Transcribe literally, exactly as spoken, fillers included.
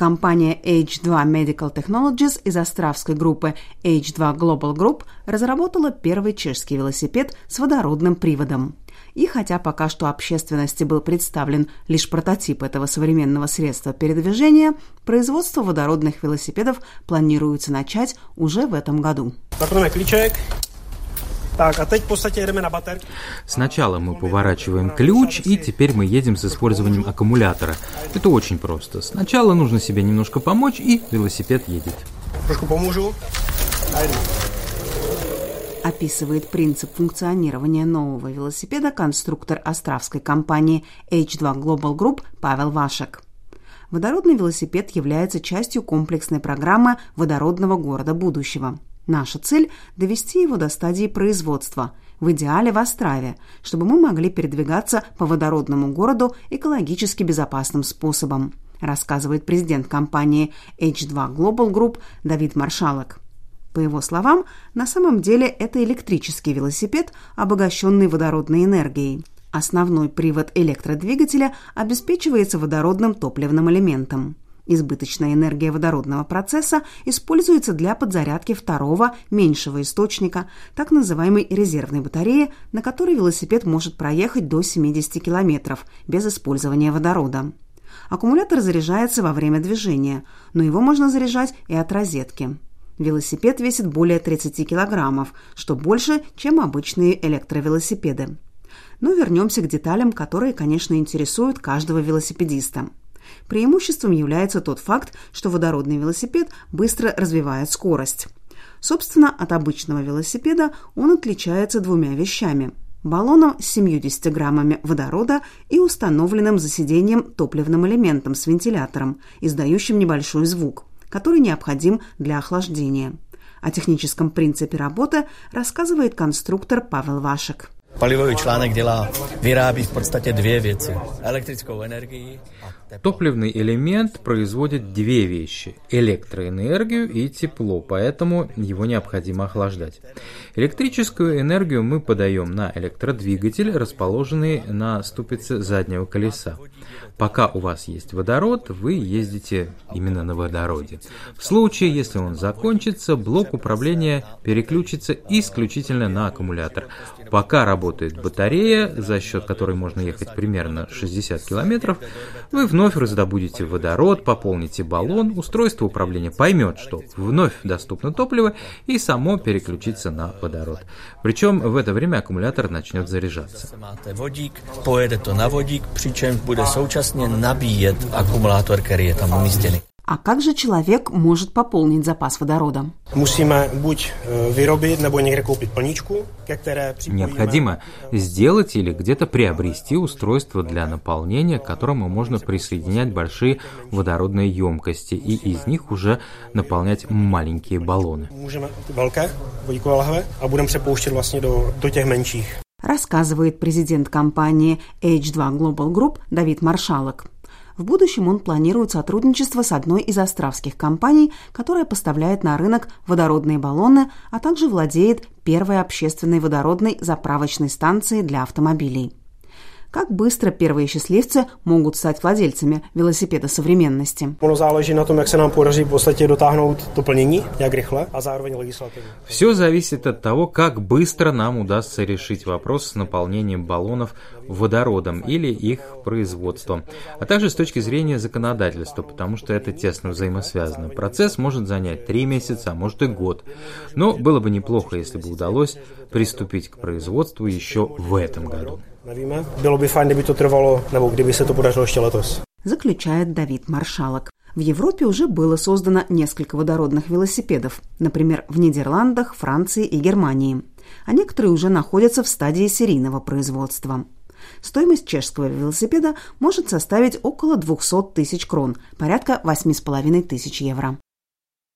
Компания эйч два Medical Technologies из австралийской группы эйч два Global Group разработала первый чешский велосипед с водородным приводом. И хотя пока что общественности был представлен лишь прототип этого современного средства передвижения, производство водородных велосипедов планируется начать уже в этом году. Так, а teď в podstatě jedeme na baterky. Сначала мы поворачиваем ключ, и теперь мы едем с использованием аккумулятора. Это очень просто. Сначала нужно себе немножко помочь, и велосипед едет. Трошку поможу. Описывает принцип функционирования нового велосипеда конструктор австралийской компании эйч два Global Group Павел Вашек. Водородный велосипед является частью комплексной программы водородного города будущего. Наша цель – довести его до стадии производства, в идеале в Острове, чтобы мы могли передвигаться по водородному городу экологически безопасным способом, рассказывает президент компании эйч два Global Group Давид Маршалок. По его словам, на самом деле это электрический велосипед, обогащенный водородной энергией. Основной привод электродвигателя обеспечивается водородным топливным элементом. Избыточная энергия водородного процесса используется для подзарядки второго, меньшего источника, так называемой резервной батареи, на которой велосипед может проехать до семьдесят километров без использования водорода. Аккумулятор заряжается во время движения, но его можно заряжать и от розетки. Велосипед весит более тридцать килограммов, что больше, чем обычные электровелосипеды. Но вернемся к деталям, которые, конечно, интересуют каждого велосипедиста. Преимуществом является тот факт, что водородный велосипед быстро развивает скорость. Собственно, от обычного велосипеда он отличается двумя вещами – баллоном с семьюдесятью граммами водорода и установленным за сиденьем топливным элементом с вентилятором, издающим небольшой звук, который необходим для охлаждения. О техническом принципе работы рассказывает конструктор Павел Вашек. Palivový článek dělá, vyrábí v podstatě dvě věci. Elektrickou energii. Топливный элемент производит две вещи – электроэнергию и тепло, поэтому его необходимо охлаждать. Электрическую энергию мы подаем на электродвигатель, расположенный на ступице заднего колеса. Пока у вас есть водород, вы ездите именно на водороде. В случае, если он закончится, блок управления переключится исключительно на аккумулятор. Пока работает батарея, за счет которой можно ехать примерно шестьдесят километров, вы вновь раздобудете водород, пополните баллон, устройство управления поймет, что вновь доступно топливо, и само переключится на водород. Причем в это время аккумулятор начнет заряжаться. Pojede to na vodík, přičemž bude současně nabíjet akumulátor, který je tam umístěný. А как же человек может пополнить запас водорода? Необходимо сделать или где-то приобрести устройство для наполнения, к которому можно присоединять большие водородные емкости и из них уже наполнять маленькие баллоны. Рассказывает президент компании эйч два Global Group Давид Маршалок. В будущем он планирует сотрудничество с одной из австралийских компаний, которая поставляет на рынок водородные баллоны, а также владеет первой общественной водородной заправочной станцией для автомобилей. Как быстро первые счастливцы могут стать владельцами велосипеда современности? Все зависит от того, как быстро нам удастся решить вопрос с наполнением баллонов водородом или их производством, а также с точки зрения законодательства, потому что это тесно взаимосвязано. Процесс может занять три месяца, а может и год. Но было бы неплохо, если бы удалось приступить к производству еще в этом году. Nevíme, bylo by fajn, kdyby to trvalo, nebo kdyby se to podařilo ještě letos. Заключает Давид Маршалок. В Европе уже было создано несколько водородных велосипедов, например, в Нидерландах, Франции и Германии. А некоторые уже находятся в стадии серийного производства. Стоимость чешского велосипеда может составить около двести тысяч крон, порядка восемь с половиной тысяч евро.